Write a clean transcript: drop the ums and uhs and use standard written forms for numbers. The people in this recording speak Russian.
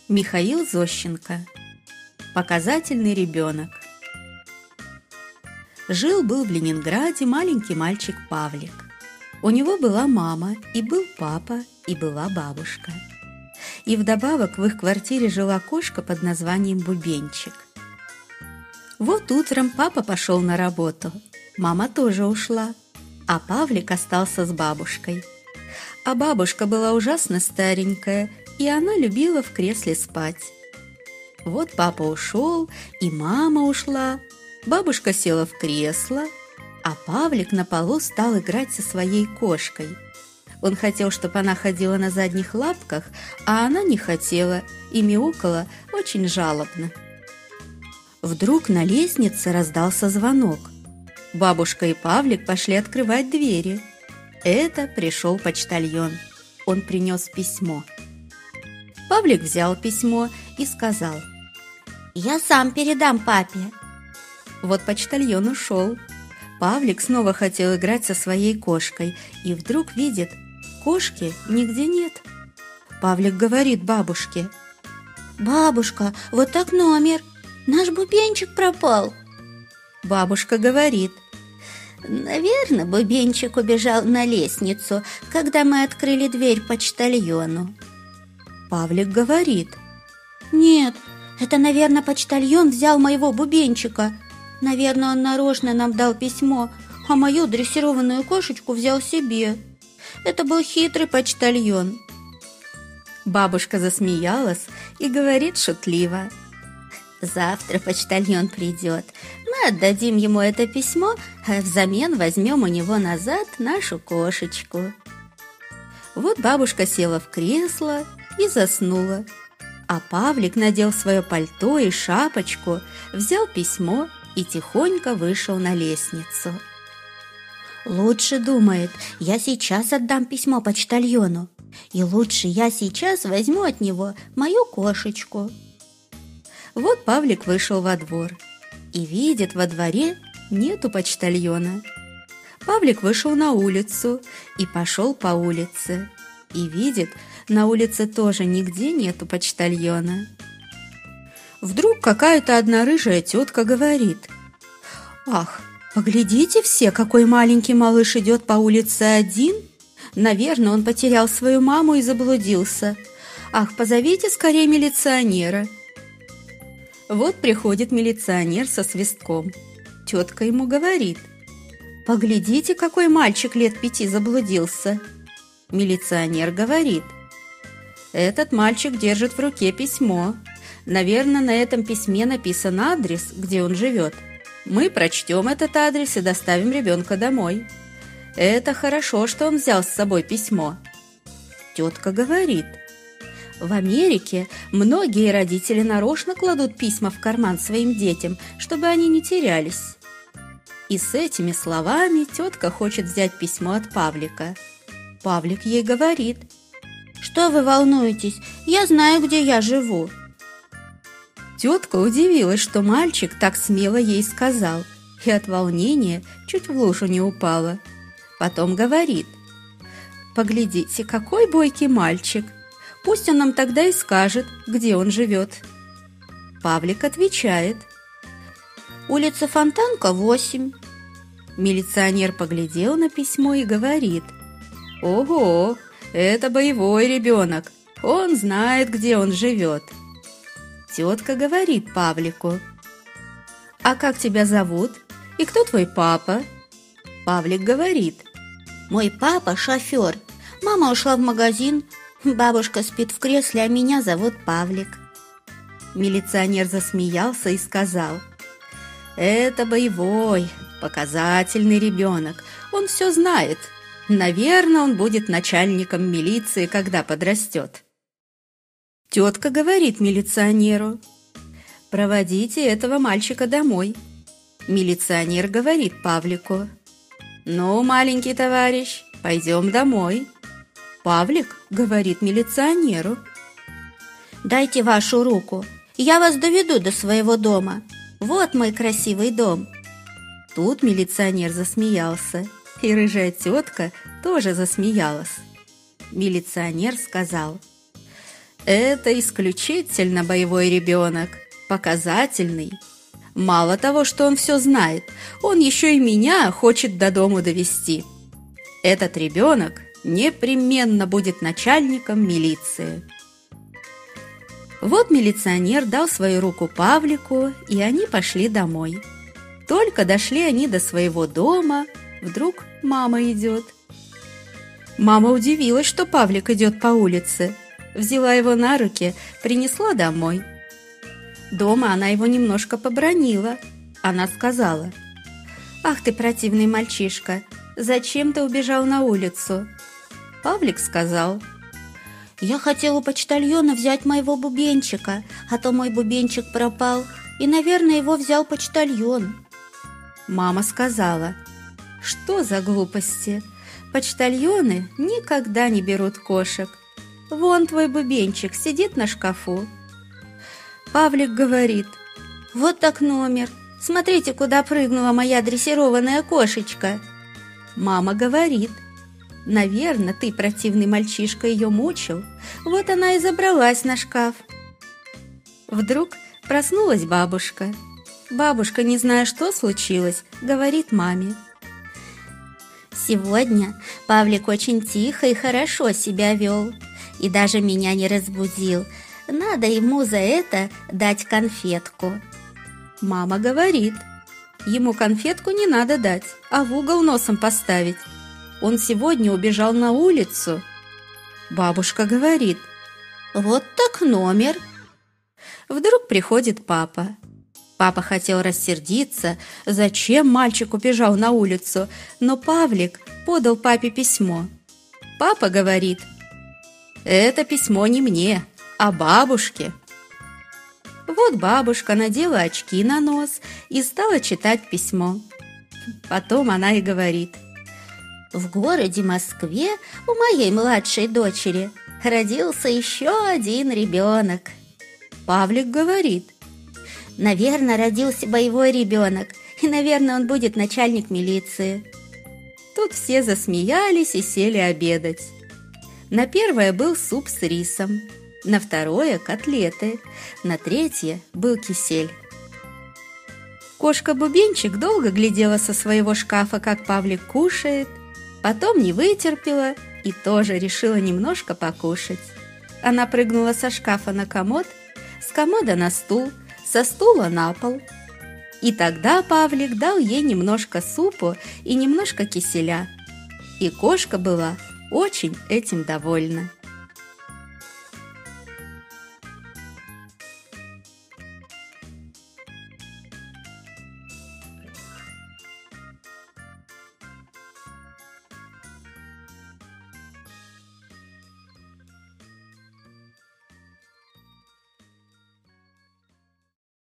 Михаил Зощенко. Показательный ребенок. Жил-был в Ленинграде маленький мальчик Павлик. У него была мама, и был папа, и была бабушка. И вдобавок в их квартире жила кошка под названием Бубенчик. Вот утром папа пошел на работу, мама тоже ушла, а Павлик остался с бабушкой. А бабушка была ужасно старенькая, и она любила в кресле спать. Вот папа ушел, и мама ушла, бабушка села в кресло, а Павлик на полу стал играть со своей кошкой. Он хотел, чтобы она ходила на задних лапках, а она не хотела и мяукала очень жалобно. Вдруг на лестнице раздался звонок. Бабушка и Павлик пошли открывать двери. Это пришел почтальон. Он принес письмо. Павлик взял письмо и сказал: «Я сам передам папе». Вот почтальон ушел. Павлик снова хотел играть со своей кошкой и вдруг видит, кошки нигде нет. Павлик говорит бабушке: «Бабушка, вот так номер, наш Бубенчик пропал». Бабушка говорит: «Наверное, Бубенчик убежал на лестницу, когда мы открыли дверь почтальону». Павлик говорит: «Нет, это, наверное, почтальон взял моего Бубенчика. Наверное, он нарочно нам дал письмо, а мою дрессированную кошечку взял себе. Это был хитрый почтальон». Бабушка засмеялась и говорит шутливо: «Завтра почтальон придет. Мы отдадим ему это письмо, а взамен возьмем у него назад нашу кошечку». Вот бабушка села в кресло и заснула, а Павлик надел свое пальто и шапочку, взял письмо и тихонько вышел на лестницу. «Лучше, — думает, — я сейчас отдам письмо почтальону, и лучше я сейчас возьму от него мою кошечку». Вот Павлик вышел во двор и видит, во дворе нету почтальона. Павлик вышел на улицу и пошел по улице, и видит, на улице тоже нигде нету почтальона. Вдруг какая-то одна рыжая тетка говорит: «Ах, поглядите все, какой маленький малыш идет по улице один. Наверное, он потерял свою маму и заблудился. Ах, позовите скорее милиционера». Вот приходит милиционер со свистком. Тетка ему говорит: «Поглядите, какой мальчик лет 5 заблудился». Милиционер говорит: «Этот мальчик держит в руке письмо. Наверное, на этом письме написан адрес, где он живет. Мы прочтем этот адрес и доставим ребенка домой. Это хорошо, что он взял с собой письмо». Тетка говорит: «В Америке многие родители нарочно кладут письма в карман своим детям, чтобы они не терялись». И с этими словами тетка хочет взять письмо от Павлика. Павлик ей говорит: «Что вы волнуетесь? Я знаю, где я живу». Тетка удивилась, что мальчик так смело ей сказал, и от волнения чуть в лужу не упала. Потом говорит: «Поглядите, какой бойкий мальчик. Пусть он нам тогда и скажет, где он живет». Павлик отвечает: «Улица Фонтанка, 8». Милиционер поглядел на письмо и говорит: «Ого, это боевой ребенок, он знает, где он живет». Тетка говорит Павлику: «А как тебя зовут? И кто твой папа?» Павлик говорит: «Мой папа шофер, мама ушла в магазин, бабушка спит в кресле, а меня зовут Павлик». Милиционер засмеялся и сказал: «Это боевой, показательный ребенок, он все знает. Наверное, он будет начальником милиции, когда подрастет». Тетка говорит милиционеру: «Проводите этого мальчика домой». Милиционер говорит Павлику: «Ну, маленький товарищ, пойдем домой». Павлик говорит милиционеру: «Дайте вашу руку, я вас доведу до своего дома. Вот мой красивый дом». Тут милиционер засмеялся, и рыжая тетка тоже засмеялась. Милиционер сказал: Это исключительно боевой ребенок, показательный. Мало того, что он все знает, он еще и меня хочет до дому довести. Этот ребенок непременно будет начальником милиции. Вот милиционер дал свою руку Павлику, и они пошли домой. Только дошли они до своего дома, вдруг мама идет. Мама удивилась, что Павлик идет по улице, взяла его на руки, принесла домой. Дома она его немножко побранила. Она сказала: «Ах ты, противный мальчишка, зачем ты убежал на улицу?» Павлик сказал: «Я хотел у почтальона взять моего бубенчика, а то мой бубенчик пропал, и, наверное, его взял почтальон». Мама сказала: «Что за глупости? Почтальоны никогда не берут кошек. Вон твой бубенчик сидит на шкафу». Павлик говорит: «Вот так номер. Смотрите, куда прыгнула моя дрессированная кошечка». Мама говорит: «Наверное, ты, противный мальчишка, ее мучил. Вот она и забралась на шкаф». Вдруг проснулась бабушка. Бабушка, не зная, что случилось, говорит маме: «Сегодня Павлик очень тихо и хорошо себя вел, и даже меня не разбудил. Надо ему за это дать конфетку». Мама говорит: «Ему конфетку не надо дать, а в угол носом поставить. Он сегодня убежал на улицу». Бабушка говорит: «Вот так номер». Вдруг приходит папа. Папа хотел рассердиться, зачем мальчик убежал на улицу, но Павлик подал папе письмо. Папа говорит: «Это письмо не мне, а бабушке». Вот бабушка надела очки на нос и стала читать письмо. Потом она и говорит: «В городе Москве у моей младшей дочери родился еще один ребенок». Павлик говорит: «Наверное, родился боевой ребенок, и, наверное, он будет начальник милиции». Тут все засмеялись и сели обедать. На первое был суп с рисом, на второе – котлеты, на третье был кисель. Кошка Бубенчик долго глядела со своего шкафа, как Павлик кушает, потом не вытерпела и тоже решила немножко покушать. Она прыгнула со шкафа на комод, с комода на стул, со стула на пол. И тогда Павлик дал ей немножко супу и немножко киселя. И кошка была очень этим довольна.